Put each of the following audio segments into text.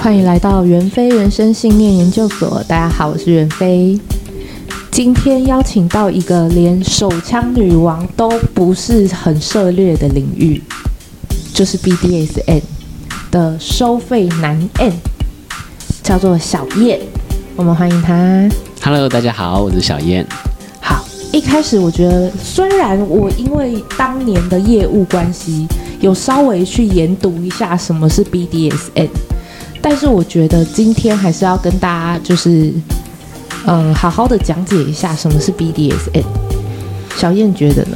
欢迎来到袁飞人生信念研究所。大家好，我是袁飞。今天邀请到一个连手枪女王都不是很涉猎的领域，就是 BDSM 的收费男 M， 叫做小燕。我们欢迎她。 Hello， 大家好，我是小燕。 好，一开始我觉得，虽然我因为当年的业务关系，有稍微去研读一下什么是 BDSM。但是我觉得今天还是要跟大家就是好好的讲解一下什么是 BDSM。小燕觉得呢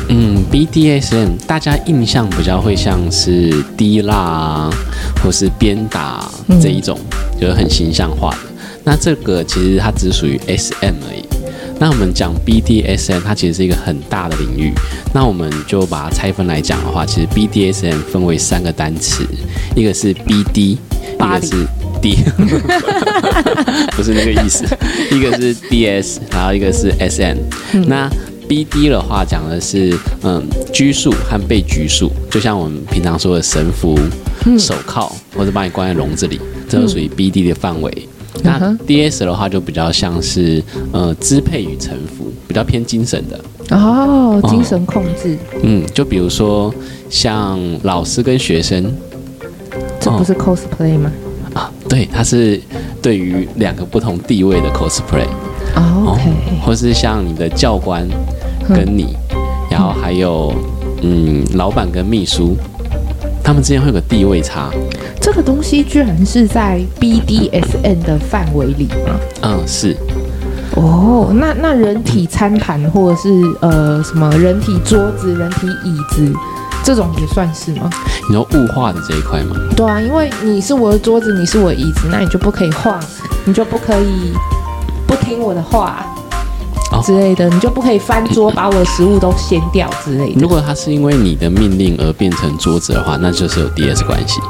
？BDSM 大家印象比较会像是滴蜡或是鞭打这一种，就是很形象化的。那这个其实它只属于 SM 而已。那我们讲 BDSM， 它其实是一个很大的领域。那我们就把它拆分来讲的话，其实 BDSM 分为3个单词，一个是 BD。一个是 D， 不是那个意思。一个是 DS， 然后一个是 SM。那 BD 的话讲的是拘束和被拘束，就像我们平常说的绳缚、手铐，或者把你关在笼子里，这都属于 BD 的范围。那 DS 的话就比较像是支配与臣服，比较偏精神的。 精神控制。 就比如说像老师跟学生。 这不是 cosplay 吗？ 对，它是对于2个不同地位的 cosplay。 OK。 或是像你的教官跟你，然后还有老板跟秘书，他们之间会有个地位差。 这个东西居然是在 BDSM 的范围里吗？ 是。 那人体餐盘或者是什么人体桌子、人体椅子。这种也算是吗？ 你说物化的这一块吗？ 对啊，因为你是我的桌子，你是我的椅子，那你就不可以晃，你就不可以不听我的话之类的，你就不可以翻桌把我的食物都掀掉之类的。 如果它是因为你的命令而变成桌子的话，那就是有 DS 关系。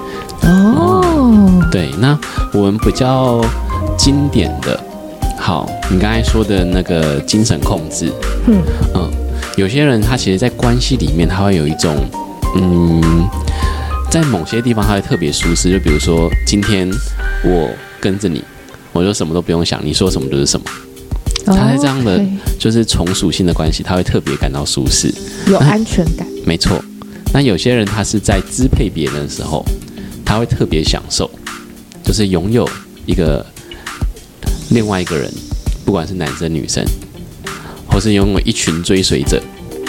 对，那我们比较经典的，好，你刚才说的那个精神控制，有些人他其实在关系里面他会有一种在某些地方他会特别舒适，就比如说今天我跟着你，我就什么都不用想，你说什么就是什么。他在这样的就是从属性的关系，他会特别感到舒适， 有安全感。 没错。那有些人他是在支配别人的时候，他会特别享受，就是拥有另外一个人，不管是男生女生。或是拥有一群追随者。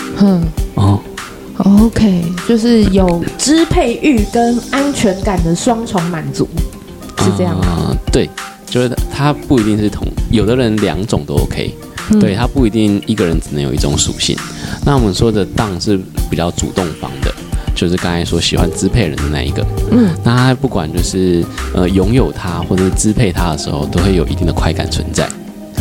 OK， 就是有支配欲跟安全感的双重满足，是这样吗？ 对，就是他不一定是有的人2种都 OK，对，他不一定一个人只能有一种属性。那我们说的当是比较主动方的，就是刚才说喜欢支配人的那一个。那他不管就是拥有他或者是支配他的时候，都会有一定的快感存在。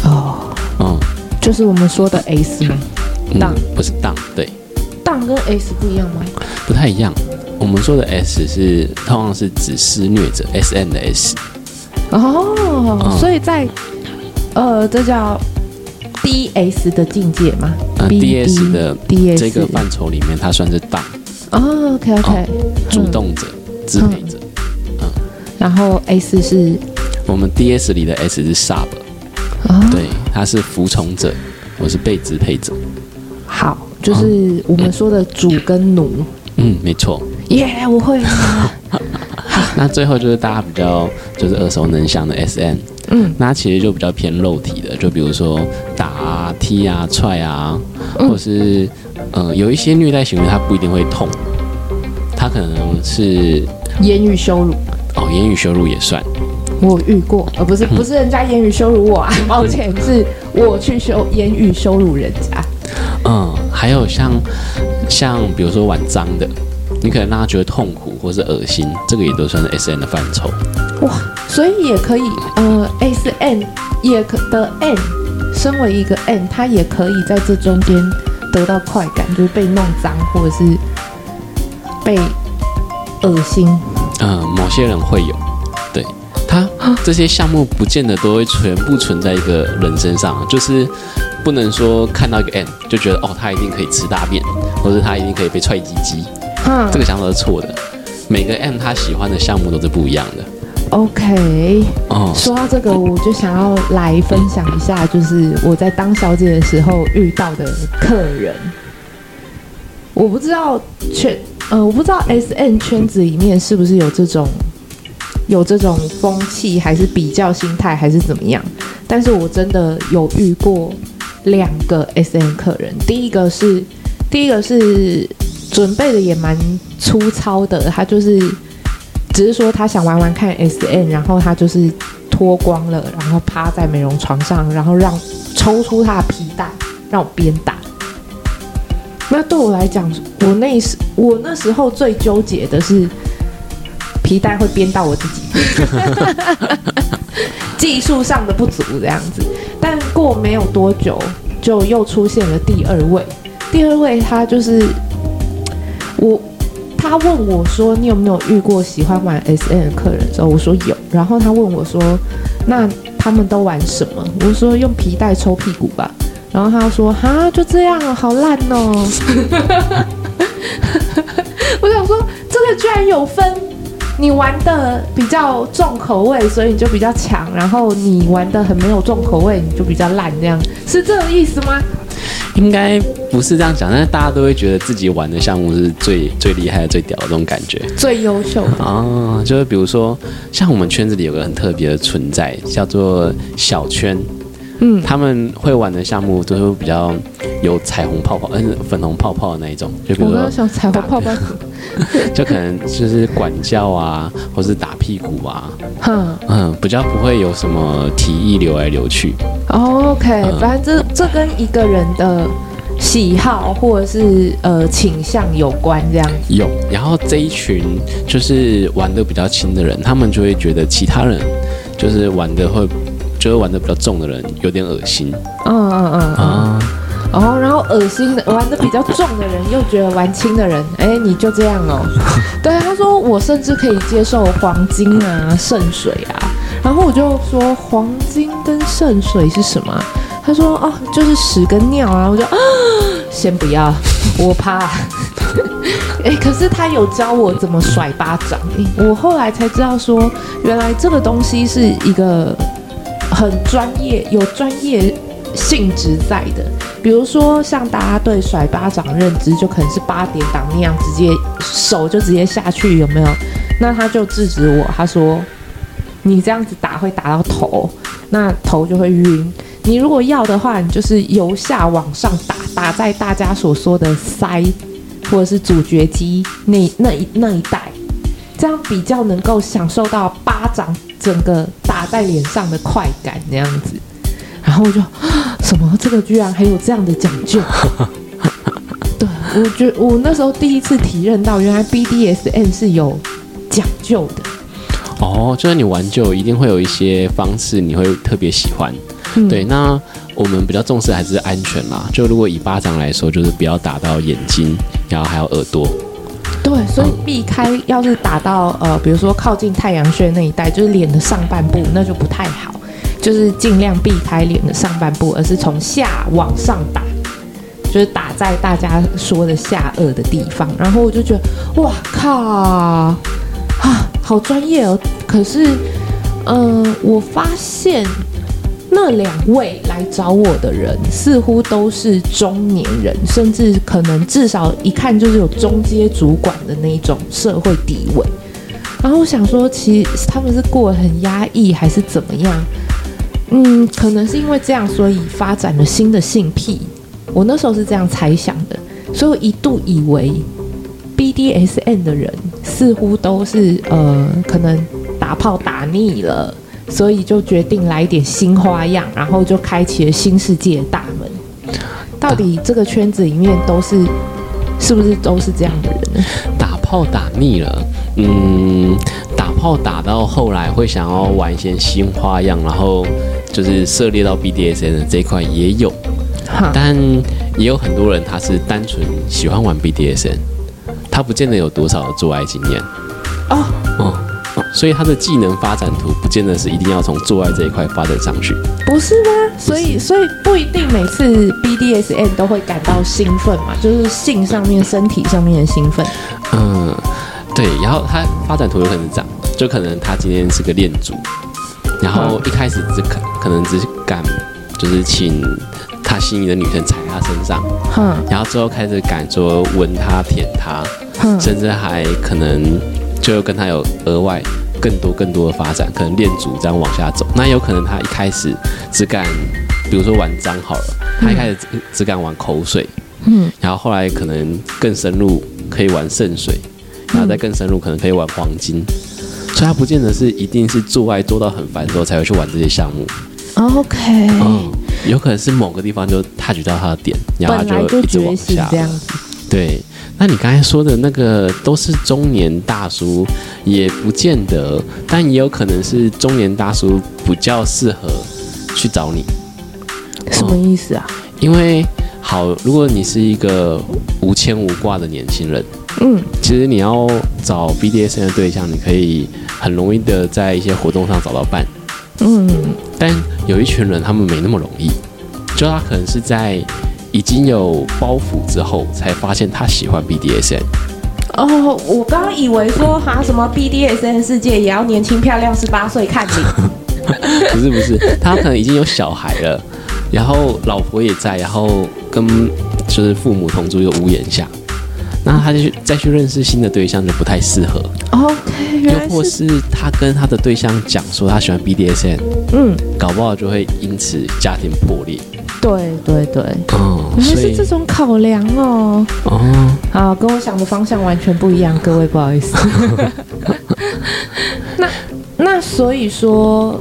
就是我们说的 S 吗？当不是当，对， 当跟 S 不一样吗？ 不太一样。我们说的 S 通常是指施虐者 ，SM 的 S。 所以在这叫 DS 的境界吗 ？DS 的这个范畴里面，它算是当。 OK， 主动者、支配者。 然后 S 是我们 DS 里的 S 是 Sub。对，他是服从者，我是被支配者。好， 就是我们说的主跟奴。 没错。 我会了。 那最后就是大家比较就是耳熟能详的 SM。那其实就比较偏肉体的，就比如说打啊、踢啊、踹啊，或是有一些虐待行为，它不一定会痛，它可能是言语羞辱。 言语羞辱也算。 我遇过，不是人家言语羞辱我啊，抱歉，是我去言语羞辱人家。 还有像比如说玩脏的，你可能让他觉得痛苦或是恶心，这个也都算是 SM 的范畴。哇， 所以也可以SM 的 N， 身为一个 N， 他也可以在这中间得到快感，就是被弄脏或者是被恶心。 某些人会有，对。他这些项目不见得都会全部存在一个人身上，就是不能说看到一个 M 就觉得他一定可以吃大便，或者他一定可以被踹鸡鸡，这个想法是错的。每个 M 他喜欢的项目都是不一样的。 OK，说到这个，我就想要来分享一下，就是我在当小姐的时候遇到的客人。我不知道我不知道 SM 圈子里面是不是有这种风气，还是比较心态，还是怎么样？但是我真的有遇过2个 SM 客人，第一个是准备的也蛮粗糙的，他就是只是说他想玩玩看 SM， 然后他就是脱光了，然后趴在美容床上，然后抽出他的皮带让我鞭打。那对我来讲，我那时候最纠结的是皮带会鞭到我自己，技术上的不足这样子。但过没有多久，就又出现了第二位，他就是他问我说：“你有没有遇过喜欢玩 SM 的客人？”之后我说有，然后他问我说：“那他们都玩什么？”我说：“用皮带抽屁股吧。”然后他说：“哈，就这样哦，好烂哦。”我想说，这个居然有分，你玩的比较重口味，所以你就比较强；然后你玩的很没有重口味，你就比较烂，这样是这个意思吗？ 应该不是这样讲，但是大家都会觉得自己玩的项目是最厉害的、最屌的这种感觉， 最优秀的啊。就是比如说，像我们圈子里有个很特别的存在，叫做小圈。他们会玩的项目都是比较有彩虹泡泡、粉红泡泡的那一种，就比如说， 我想彩虹泡泡， 就可能就是管教啊，或是打屁股啊，比较不会有什么体液流来流去。 OK，反正这跟一个人的喜好或者是倾向有关，这样子。 有，然后这一群就是玩的比较轻的人，他们就会觉得其他人就是玩的比较重的人有点恶心。 然后恶心的玩的比较重的人又觉得玩轻的人，你就这样哦。对，他说我甚至可以接受黄金啊、圣水啊。然后我就说黄金跟圣水是什么？他说就是屎跟尿啊。我就先不要，我怕。可是他有教我怎么甩巴掌。我后来才知道说，原来这个东西是一个很专业、有专业性质在的。比如说，像大家对甩巴掌认知，就可能是8点档那样，直接手就直接下去，有没有？那他就制止我，他说：“你这样子打会打到头，那头就会晕。你如果要的话，你就是由下往上打在大家所说的腮或者是主角肌那一带，这样比较能够享受到巴掌整个打在脸上的快感那样子。”然后我就什么这个居然还有这样的讲究。对，我觉得我那时候第一次体认到，原来 BDSM 是有讲究的。 就是你玩就一定会有一些方式你会特别喜欢。对，那我们比较重视还是安全啦。就如果以巴掌来说，就是不要打到眼睛，然后还有耳朵。 对，所以避开，要是打到比如说靠近太阳穴那一带，就是脸的上半部，那就不太好。就是尽量避开脸的上半部，而是从下往上打，就是打在大家说的下颚的地方。然后我就觉得，哇靠，好专业哦！可是，我发现那2位来找我的人，似乎都是中年人，甚至可能至少一看就是有中阶主管的那种社会地位。然后我想说，其实他们是过得很压抑，还是怎么样？可能是因为这样，所以发展了新的性癖。我那时候是这样猜想的，所以我一度以为 BDSM 的人似乎都是可能打炮打腻了，所以就决定来一点新花样，然后就开启了新世界的大门。到底这个圈子里面是不是都是这样的人呢？ 打炮打腻了，打炮打到后来会想要玩一些新花样，然后就是涉猎到 BDSM 的这一块也有，但也有很多人他是单纯喜欢玩 BDSM， 他不见得有多少的做爱经验。所以他的技能发展图不见得是一定要从做爱这一块发展上去， 不是吗？所以不一定每次 BDSM 都会感到兴奋嘛，就是性上面、身体上面的兴奋。 对，然后他发展图有可能是这样， 就可能他今天是个恋主，然后一开始可能只敢就是请他心仪的女生踩他身上，然后之后开始敢说闻他、舔他，甚至还可能就跟他有额外更多的发展，可能恋主这样往下走。那有可能他一开始只敢，比如说玩脏好了，他一开始只敢玩口水，然后后来可能更深入可以玩圣水，然后再更深入可能可以玩黄金，所以他不见得是一定是做爱做到很烦之后才会去玩这些项目。 OK， 有可能是某个地方就 touch 到他的点，然后他就一直往下这样子。 对，那你刚才说的那个都是中年大叔，也不见得，但也有可能是中年大叔比较适合去找你。 什么意思啊？ 因为好，如果你是一个无牵无挂的年轻人，其实你要找 BDSM 的对象，你可以很容易的在一些活动上找到伴。但有一群人他们没那么容易，就他可能是在已经有包袱之后才发现他喜欢 BDSM。 哦，我刚刚以为说什么 BDSM 世界也要年轻漂亮18岁看你。 不是，他可能已经有小孩了，然后老婆也在，然后跟就是父母同住一个屋檐下，那他就再去认识新的对象就不太适合。 OK， 又或是他跟他的对象讲说他喜欢 BDSM，搞不好就会因此家庭破裂。 对，原来是这种考量哦。好，跟我想的方向完全不一样，各位不好意思。那所以说，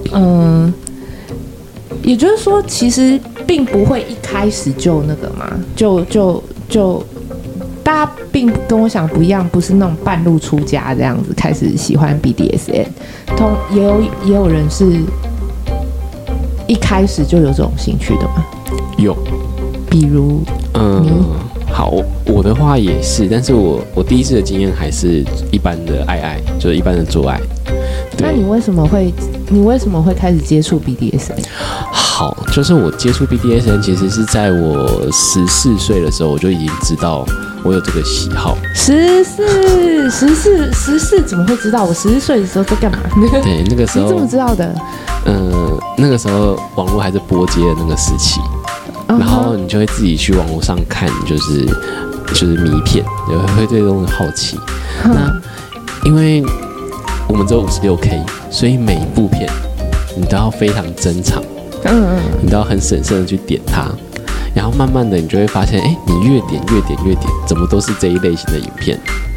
也就是说，其实并不会一开始就那个嘛，就大家并跟我想不一样，不是那种半路出家这样子开始喜欢 BDSM， 也有人是一开始就有这种兴趣的嘛？ 有， 比如好，我的话也是，但是我第一次的经验还是一般的爱，就是一般的做爱。 那你为什么会开始接触 BDSM？ 好，就是我接触 BDSM 其实是在我14岁的时候，我就已经知道我有这个喜好。14怎么会知道？我14岁的时候在干嘛？ 对，那个时候你怎么知道的？ 那个时候网络还是拨接的那个时期，然后你就会自己去网络上看，就是迷片，也会对这种好奇。那因为我们只有56K， 所以每一部片你都要非常珍藏，你都要很审慎的去点它，然后慢慢的你就会发现，你越点，怎么都是这一类型的影片。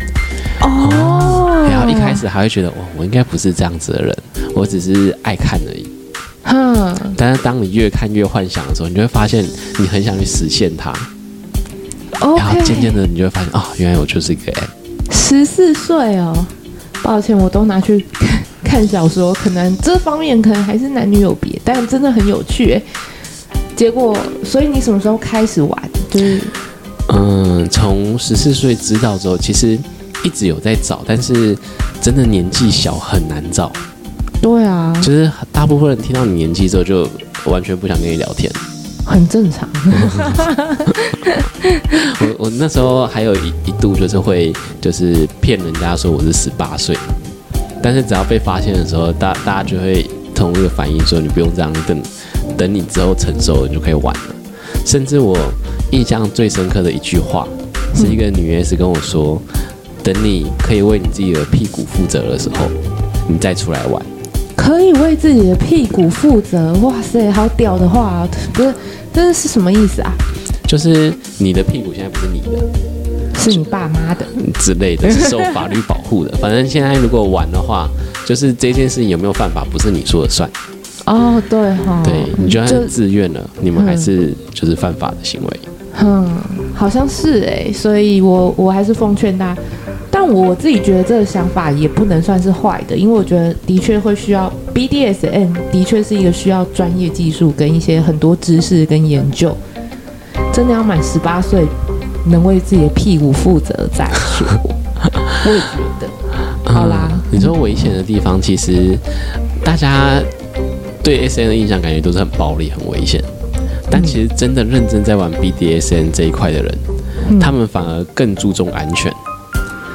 然后一开始还会觉得，我应该不是这样子的人，我只是爱看而已。但是当你越看越幻想的时候，你就会发现你很想去实现它。然后渐渐的你就会发现，原来我就是一个 M。 14岁哦。抱歉，我都拿去看小说，可能这方面可能还是男女有别，但真的很有趣。结果，所以你什么时候开始玩？就是从14岁知道之后，其实一直有在找，但是真的年纪小很难找。 对啊， 就是大部分人听到你年纪之后，就完全不想跟你聊天。 很正常。 我那时候还有一度就是骗人家说我是18岁，但是只要被发现的时候，大家就会同一个反应说你不用这样，等你之后成熟了你就可以玩了。甚至我印象最深刻的一句话，是一个女 S 跟我说，等你可以为你自己的屁股负责的时候，你再出来玩。 可以为自己的屁股负责，哇塞，好屌的话啊！不是，这是什么意思啊？ 就是你的屁股现在不是你的， 是你爸妈的之类的，是受法律保护的。反正现在如果玩的话，就是这件事情有没有犯法，不是你说了算。 对哈， 对，你就算自愿了，你们还是就是犯法的行为。 好像是所以我还是奉劝大家。但我自己觉得这个想法也不能算是坏的，因为我觉得的确会需要 BDSM， 的确是一个需要专业技术跟一些很多知识跟研究，真的要满18岁能为自己的屁股负责再说。我也觉得，好啦， 你说危险的地方，其实大家对 SM 的印象感觉都是很暴力、很危险，但其实真的认真在玩 BDSM 这一块的人，他们反而更注重安全。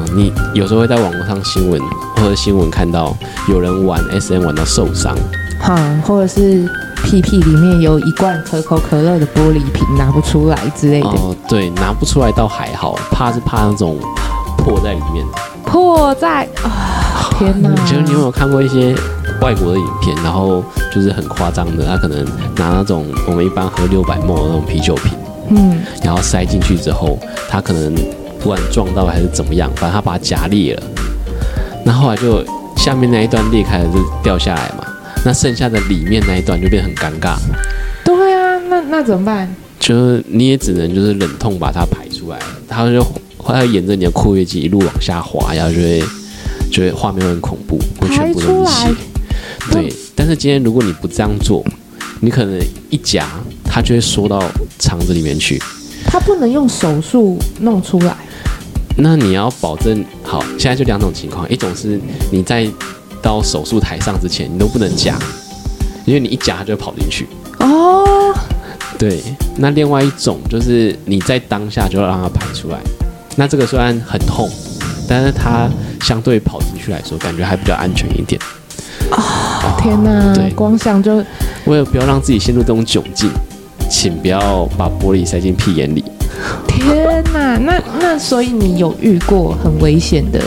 你有时候会在网络上新闻或者新闻看到有人玩 SM 玩到受伤， 或者是屁屁里面有一罐可口可乐的玻璃瓶拿不出来之类的。 对，拿不出来倒还好，怕那种破在里面。 破在天哪！ 你有没有看过一些外国的影片，然后就是很夸张的，他可能拿那种我们一般喝600ml的那种啤酒瓶，然后塞进去之后，他可能不管撞到还是怎么样，反正他把它夹裂了，那后来就下面那一段裂开了就掉下来嘛，那剩下的里面那一段就变得很尴尬。对啊，那怎么办？ 就是你也只能就是忍痛把它排出来，它会沿着你的括约肌一路往下滑，然后就会画面会很恐怖，会全部都是血。对，但是今天如果你不这样做，你可能一夹它就会缩到肠子里面去。 它不能用手术弄出来。 那你要保证好，现在就2种情况，一种是你在到手术台上之前你都不能夹，因为你一夹它就会跑进去。对，那另外一种就是你在当下就要让它排出来。那这个虽然很痛，但是它相对跑进去来说，感觉还比较安全一点。 天哪！对，光想就为了不要让自己陷入这种窘境，请不要把玻璃塞进屁眼里。 天哪！那所以你有遇过很危险的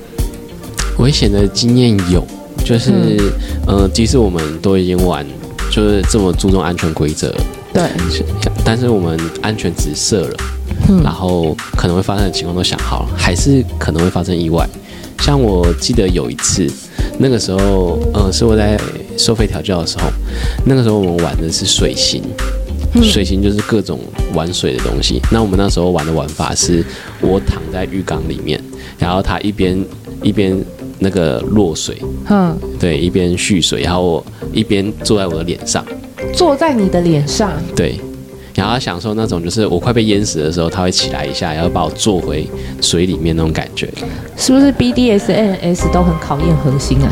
经验有，就是即使我们都已经玩，就是这么注重安全规则， 对， 但是我们安全值设了。然后可能会发生的情况都想好了，还是可能会发生意外。像我记得有一次，那个时候是我在收费调教的时候，那个时候我们玩的是水型，水型就是各种玩水的东西。那我们那时候玩的玩法是，我躺在浴缸里面，然后他一边那个落水，对，一边蓄水，然后我一边坐在我的脸上， 坐在你的脸上， 对。然后享受那种就是我快被淹死的时候，他会起来一下，然后把我坐回水里面那种感觉。 是不是 BDSM 都很考验核心啊？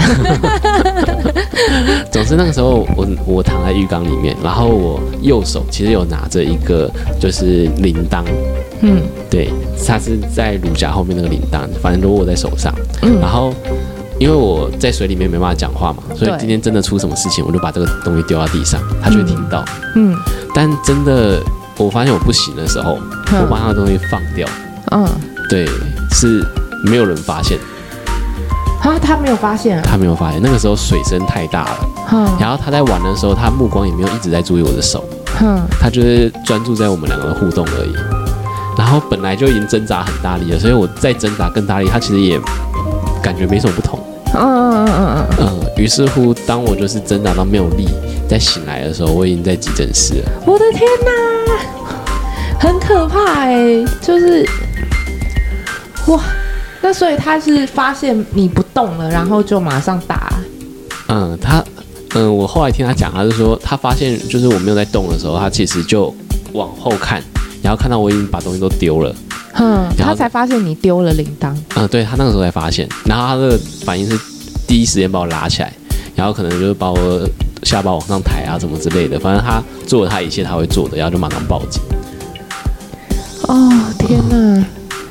总之那个时候我躺在浴缸里面，然后我右手其实有拿着一个就是铃铛，对，它是在乳夹后面那个铃铛，反正都握在手上。然后因为我在水里面没办法讲话嘛，所以今天真的出什么事情，我就把这个东西丢到地上，他就会听到。但真的我发现我不行的时候，我把那个东西放掉。对，是没有人发现。 他没有发现啊？ 他没有发现，那个时候水声太大了。然后他在玩的时候，他目光也没有一直在注意我的手，他就是专注在我们两个的互动而已。然后本来就已经挣扎很大力了，所以我再挣扎更大力，他其实也感觉没什么不同。于是乎，当我就是挣扎到没有力，在醒来的时候，我已经在急诊室了。 我的天哪，很可怕就是哇，那所以他是发现你不动了，然后就马上打。 我后来听他讲，他是说他发现就是我没有在动的时候，他其实就往后看，然后看到我已经把东西都丢了。 他才发现你丢了铃铛。 对，他那个时候才发现，然后他的反应是第一时间把我拉起来，然后可能就是把我下巴往上抬啊什么之类的，反正他做了他一切他会做的，然后就马上报警。 天哪！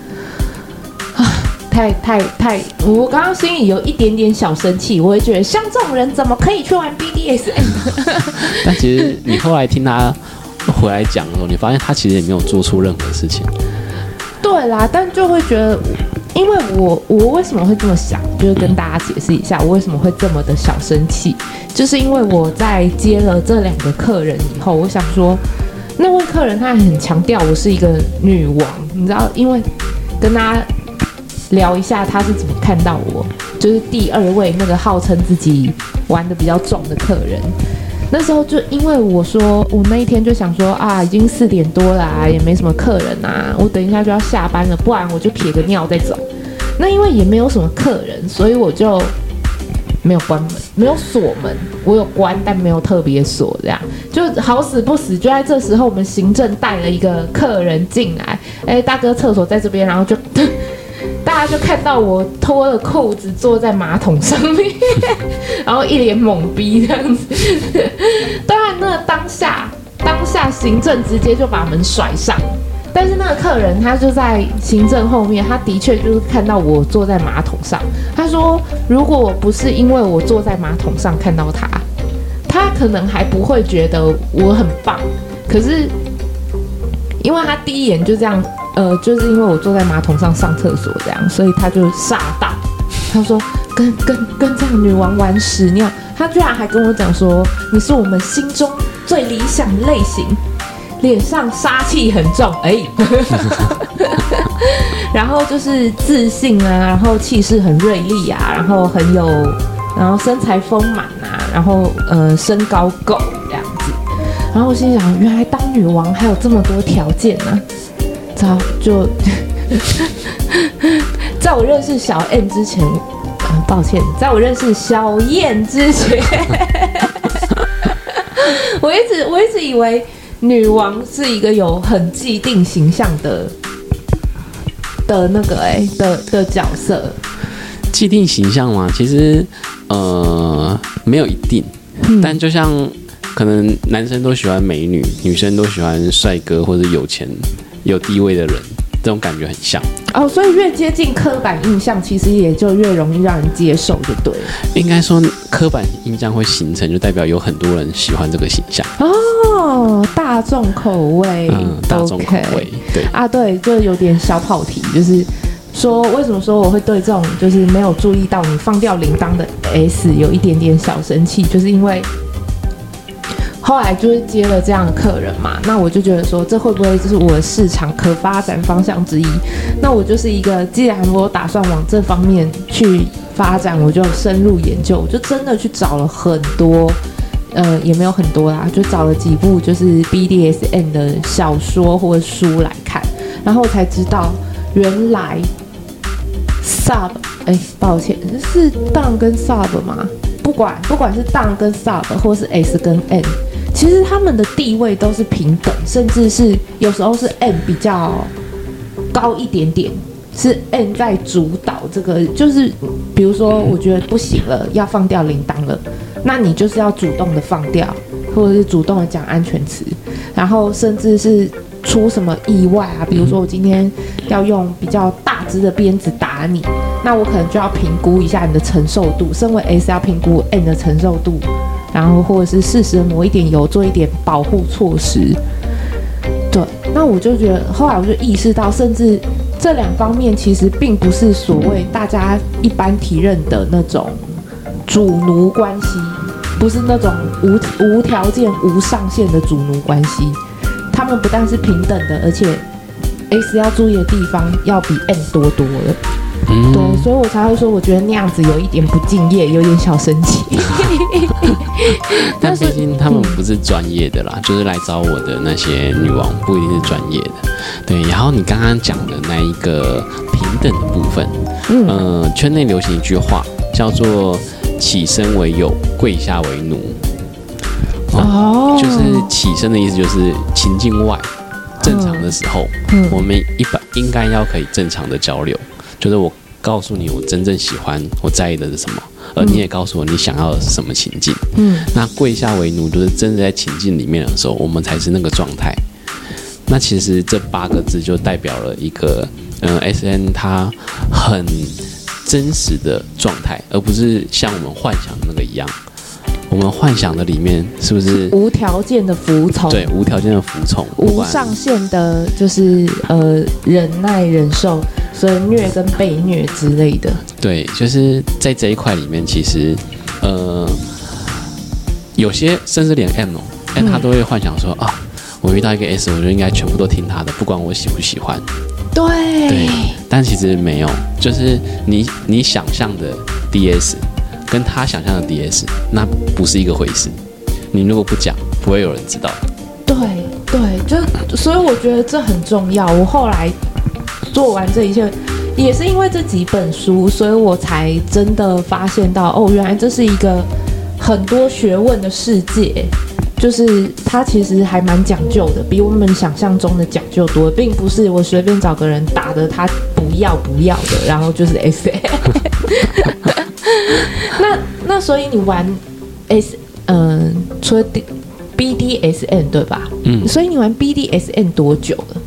太！我刚刚心里有一点点小生气，我会觉得像这种人怎么可以去玩 BDSM？ 但其实你后来听他回来讲的时候，你发现他其实也没有做出任何事情。 对啦，但就会觉得，因为我为什么会这么想，就是跟大家解释一下，我为什么会这么的小生气，就是因为我在接了这2个客人以后，我想说，那位客人他很强调我是一个女王，你知道，因为跟大家聊一下他是怎么看到我，就是第2位那个号称自己玩的比较重的客人。那时候就因为我说，我那一天就想说已经4点多啦，也没什么客人啊，我等一下就要下班了，不然我就撇个尿再走。那因为也没有什么客人，所以我就没有关门，没有锁门，我有关但没有特别锁，这样就好死不死，就在这时候，我们行政带了一个客人进来，大哥厕所在这边，然后就大家就看到我脱了裤子坐在马桶上面，然后一脸懵逼这样子。当然，那当下行政直接就把门甩上， 但是那个客人他就在行政后面，他的确就是看到我坐在马桶上。他说，如果我不是因为我坐在马桶上看到他，他可能还不会觉得我很棒。可是因为他第一眼就这样，就是因为我坐在马桶上上厕所这样，所以他就吓到。他说跟这样女王玩屎尿，他居然还跟我讲说，你是我们心中最理想的类型。脸上杀气很重，然后就是自信啊，然后气势很锐利啊，然后然后身材丰满啊，然后身高够这样子。然后我心想，原来当女王还有这么多条件啊！就在我认识小 M 之前，抱歉，在我认识小燕之前，我一直以为女王是一个有很既定形象的那个的角色。 既定形象嘛，其实没有一定，但就像可能男生都喜欢美女，女生都喜欢帅哥或者有钱有地位的人，这种感觉很像。 哦，所以越接近刻板印象，其实也就越容易让人接受，就对了。 应该说，刻板印象会形成，就代表有很多人喜欢这个形象。 哦，大众口味， 大众口味，对啊，对，就有点小跑题，就是说，为什么说我会对这种就是没有注意到你放掉铃铛的 S 有一点点小生气，就是因为后来就是接了这样的客人嘛，那我就觉得说，这会不会就是我的市场可发展方向之一？那我就是一个，既然我打算往这方面去发展，我就深入研究，我就真的去找了很多，也没有很多啦，就找了几部就是 BDSM 的小说或者书来看，然后我才知道原来 Sub， 抱歉，是 Dom 跟 Sub 吗？不管是 Dom 跟 Sub， 或是 S 跟 N， 其实他们的地位都是平等，甚至是有时候是 N 比较高一点点，是 N 在主导这个，就是比如说我觉得不行了，要放掉铃铛了，那你就是要主动的放掉，或者是主动的讲安全词，然后甚至是出什么意外啊，比如说我今天要用比较大支的鞭子打你，那我可能就要评估一下你的承受度，身为 S 要评估 N 的承受度，然后或者是适时的抹一点油，做一点保护措施。对，那我就觉得后来我就意识到，甚至这两方面其实并不是所谓大家一般体认的那种主奴关系，不是那种无条件无上限的主奴关系，他们不但是平等的，而且 S 要注意的地方要比 N 多了。对，所以我才会说，我觉得那样子有一点不敬业，有点小生气。 但毕竟他们不是专业的啦，就是来找我的那些女王不一定是专业的。对，然后你刚刚讲的那一个平等的部分，圈内流行一句话叫做“起身为友，跪下为奴”。就是起身的意思，就是情境外正常的时候，我们一般应该要可以正常的交流。就是我告诉你我真正喜欢我在意的是什么，而你也告诉我你想要的是什么情境。那跪下为奴就是真的在情境里面的时候，我们才是那个状态。那其实这8个字就代表了一个SN 它很真实的状态，而不是像我们幻想的那个一样。我们幻想的里面是不是无条件的服从？对， 无条件的服从， 无上限的，就是忍耐忍受，所以虐跟被虐之类的。 对，就是在这一块里面，其实有些甚至连 M 他都会幻想说啊，我遇到一个 S， 我就应该全部都听他的，不管我喜不喜欢。对，但其实没有，就是你想象的 DS。跟他想象的 DS 那不是一个回事，你如果不讲，不会有人知道。 对，就所以我觉得这很重要。我后来做完这一切，也是因为这几本书，所以我才真的发现到，原来这是一个很多学问的世界。就是它其实还蛮讲究的，比我们想象中的讲究多，并不是我随便找个人打的他不要的，然后就是 SA。那所以你玩除了BDSM 对吧？所以你玩 BDSM 多久了？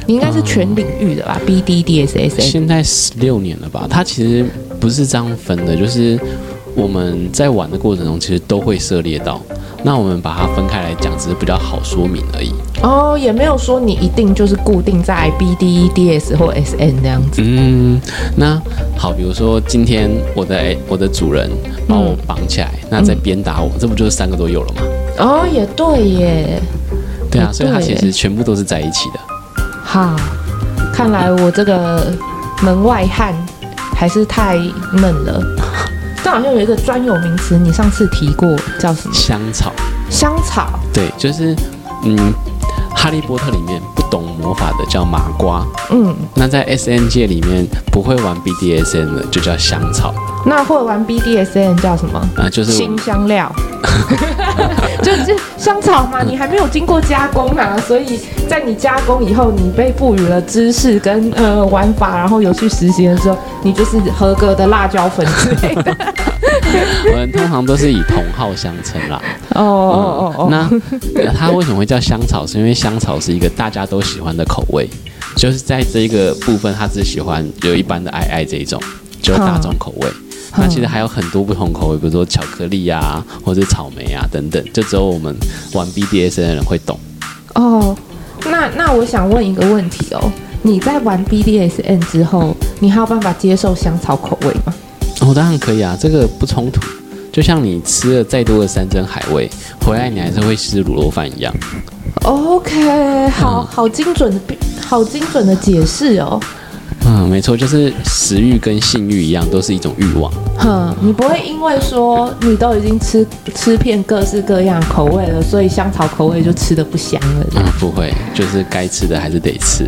你应该是全领域的吧？BDDSM 现在16年了吧？它其实不是这样分的，就是我们在玩的过程中，其实都会涉猎到。那我们把它分开来讲，只是比较好说明而已。 哦，也没有说你一定就是固定在 BDDS 或 SN 这样子。 那好，比如说今天我的主人把我绑起来，那再鞭打我，这不就是3个都有了吗？ 哦，也对耶。 对啊，所以它其实全部都是在一起的。 好，看来我这个门外汉还是太嫩了。这好像有一个专有名词，你上次提过，叫什么？ 香草。 香草。 对，就是哈利波特里面不懂魔法的叫麻瓜。那在 SN 界里面不会玩 BDSM 的就叫香草。 那会玩 BDSM 叫什么？ 就是新香料。就是香草嘛，你还没有经过加工啊，所以在你加工以后，你被赋予了知识跟玩法，然后有去实习的时候，你就是合格的辣椒粉之类的。 我们通常都是以同号相称啦。那它为什么会叫香草？是因为香草是一个大家都喜欢的口味，就是在这一个部分，它只喜欢有一般的爱这一种，就是大众口味。那其实还有很多不同口味，比如说巧克力啊，或者是草莓啊等等，就只有我们玩 BDSM 的人会懂。 那我想问一个问题哦，你在玩 BDSM 之后，你还有办法接受香草口味吗？ 当然可以啊，这个不冲突。就像你吃了再多的山珍海味，回来你还是会吃卤肉饭一样。 OK， 好精准的解释哦。 没错，就是食欲跟性欲一样，都是一种欲望。 你不会因为说你都已经吃遍各式各样口味了，所以香草口味就吃得不香了。 不会，就是该吃的还是得吃。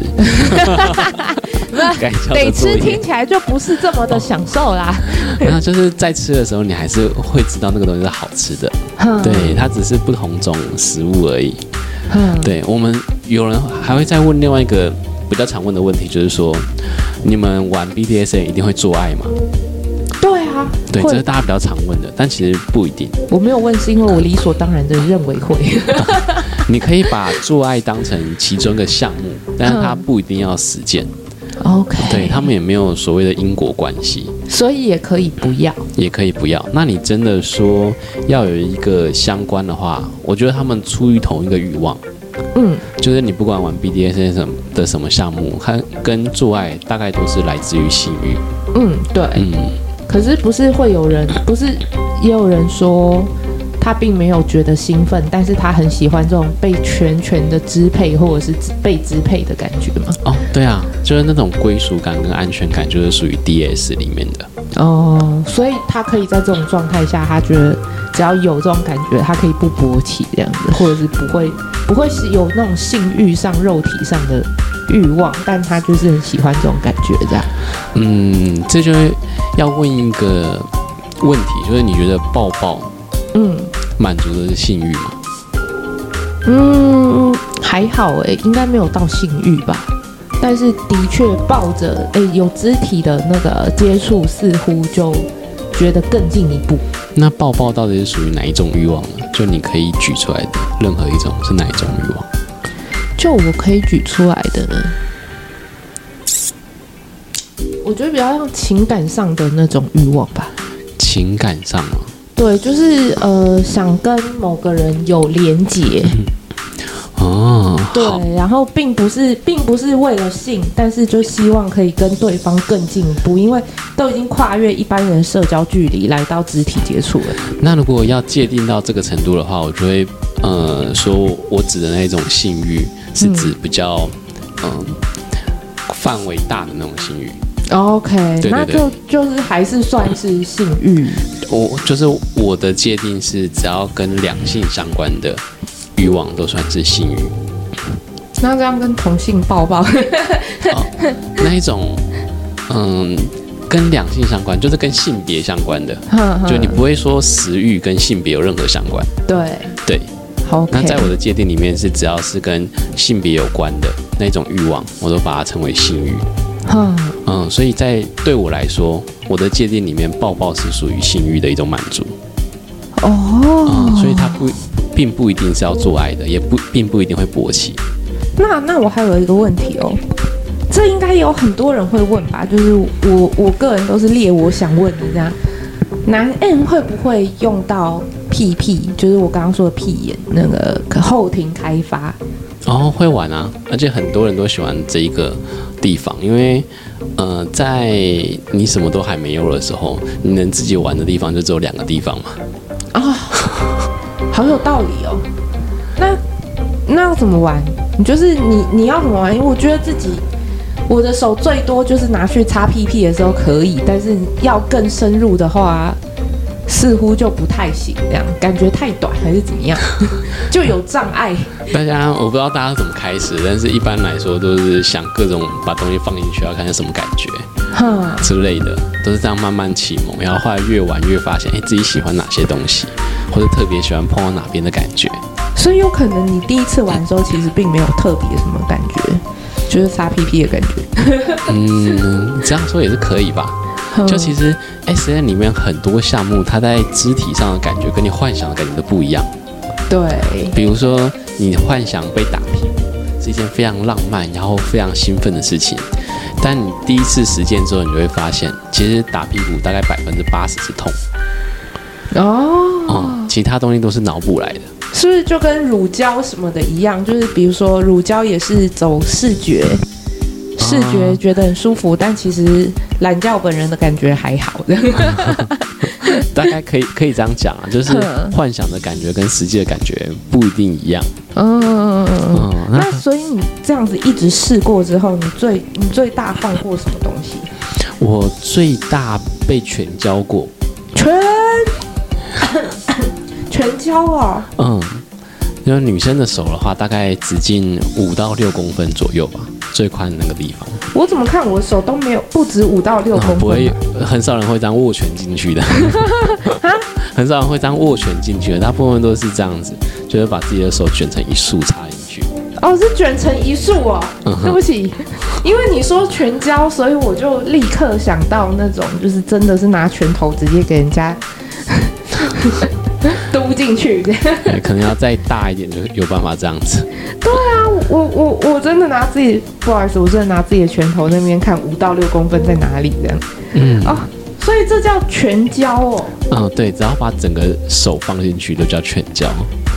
得吃听起来就不是这么的享受啦。 然后就是在吃的时候，你还是会知道那个东西是好吃的。对，它只是不同种食物而已。对，我们有人还会再问另外一个比较常问的问题，就是说，你们玩 BDSM 一定会做爱吗？ 对啊， 对，这是大家比较常问的，但其实不一定。 我没有问，是因为我理所当然的认为会。 你可以把做爱当成其中一个项目，但是它不一定要实践。 OK， 对，他们也没有所谓的因果关系， 所以也可以不要， 也可以不要。那你真的说要有一个相关的话，我觉得他们出于同一个欲望。就是你不管玩 BDSM 的什么项目，它跟做爱大概都是来自于性欲。 对。可是不是会有人，不是也有人说他并没有觉得兴奋，但是他很喜欢这种被全权的支配或者是被支配的感觉吗？ 对啊，就是那种归属感跟安全感，就是属于 DS 里面的。 所以他可以在这种状态下，他觉得只要有这种感觉，他可以不勃起这样子，或者是不会有那种性欲上、肉体上的欲望，但他就是很喜欢这种感觉这样。 这就要问一个问题，就是你觉得抱抱，满足的是性欲吗？ 还好应该没有到性欲吧。但是的确抱着有肢体的那个接触，似乎就觉得更进一步。 那抱抱到底是属于哪一种欲望呢？就你可以举出来的任何一种是哪一种欲望？ 就我可以举出来的呢，我觉得比较像情感上的那种欲望吧。 情感上吗？ 对，就是想跟某个人有连结。对，然后并不是为了性，但是就希望可以跟对方更进一步，因为都已经跨越一般人的社交距离来到肢体接触了。 那如果要界定到这个程度的话，我就会说我指的那种性欲是指比较范围大的那种性欲。 OK， 对，那就是还是算是性欲。 我的界定是，只要跟两性相关的欲望都算是性欲。 那这样跟同性抱抱那一种跟两性相关，就是跟性别相关的，就你不会说食欲跟性别有任何相关。对， 好。 那在我的界定里面是，只要是跟性别有关的那种欲望，我都把它称为性欲。所以对我来说，我的界定里面，抱抱是属于性欲的一种满足。 所以它并不一定是要做爱的，也并不一定会勃起。 那我还有一个问题哦，这应该有很多人会问吧？就是我个人都是列我想问的这样。男 M 会不会用到屁屁？就是我刚刚说的屁眼那个后庭开发？ 哦，会玩啊，而且很多人都喜欢这一个地方，因为在你什么都还没有的时候，你能自己玩的地方就只有2个地方嘛。 啊、好有道理哦。那要怎么玩？就是你要怎么玩？因为我觉得我的手最多就是拿去擦屁屁的时候可以，但是要更深入的话，似乎就不太行，这样感觉太短还是怎么样，就有障碍。 我不知道大家怎么开始，但是一般来说都是想各种把东西放进去，要看是什么感觉之类的，都是这样慢慢启蒙，然后后来越玩越发现，自己喜欢哪些东西，或者特别喜欢碰到哪边的感觉。 所以有可能你第一次玩的时候，其实并没有特别什么感觉，就是擦屁屁的感觉。 这样说也是可以吧。就其实 SM 里面很多项目，它在肢体上的感觉跟你幻想的感觉都不一样。 对， 比如说你幻想被打屁股是一件非常浪漫，然后非常兴奋的事情，但你第一次实践之后，你就会发现，其实打屁股大概80%是痛。其他东西都是脑补来的。 是不是就跟乳胶什么的一样？就是比如说乳胶也是走视觉觉得很舒服，但其实懒觉本人的感觉还好的。 大概可以这样讲啊，就是幻想的感觉跟实际的感觉不一定一样。 那所以你这样子一直试过之后，你最大放过什么东西？ 我最大被全交过。 全交哦。 因为女生的手的话，大概直径5到6公分左右吧，最宽的那个地方。 我怎么看我的手都没有，不止5到6公分。 不会，很少人会这样握拳进去的。很少人会这样握拳进去的，大部分都是这样子，就是把自己的手卷成一束插进去。 哦，是卷成一束哦。对不起，因为你说全交，所以我就立刻想到那种，就是真的是拿拳头直接给人家嘟进去。 可能要再大一点就有办法这样子。 对啊，我真的拿自己，不好意思，我真的拿自己的拳头那边看5到6公分在哪里这样。所以这叫全交哦。 对，只要把整个手放进去就叫全交。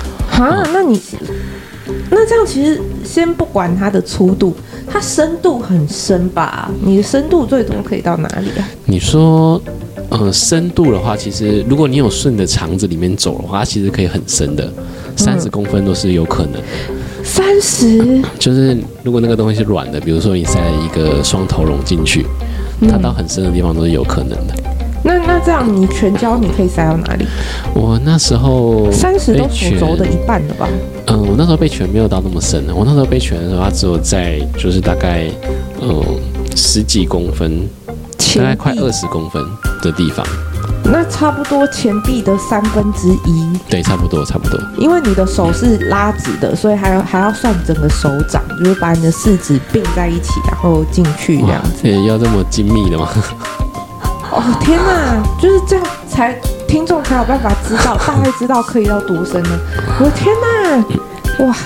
那这样其实先不管它的粗度，它深度很深吧？你的深度最多可以到哪里啊？ 你说，深度的话，其实如果你有顺着肠子里面走的话，它其实可以很深的，30公分都是有可能的。 30？ 就是如果那个东西是软的，比如说你塞了一个双头龙进去，它到很深的地方都是有可能的。 那这样你全交你可以塞到哪里？ 我那时候 30都手肘的一半了吧？ 我那时候被拳没有到那么深的，我那时候被拳的时候，它只有在就是大概10几公分，大概快20公分的地方。 那差不多前臂的1/3。 对，差不多。 因为你的手是拉直的，所以还要算整个手掌，就是把你的4指并在一起，然后进去这样子。 要这么精密的吗？ 天哪，就是这样听众才有办法知道，大概知道可以到多深呢？我的天哪，哇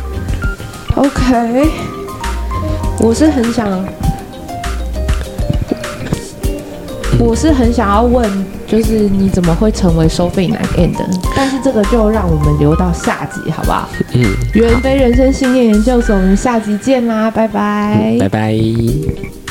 ，OK， 我是很想要问，就是你怎么会成为收费男 N 的？但是这个就让我们留到下集，好不好？袁非人生信念研究所，我们下集见啦，拜拜， 拜拜。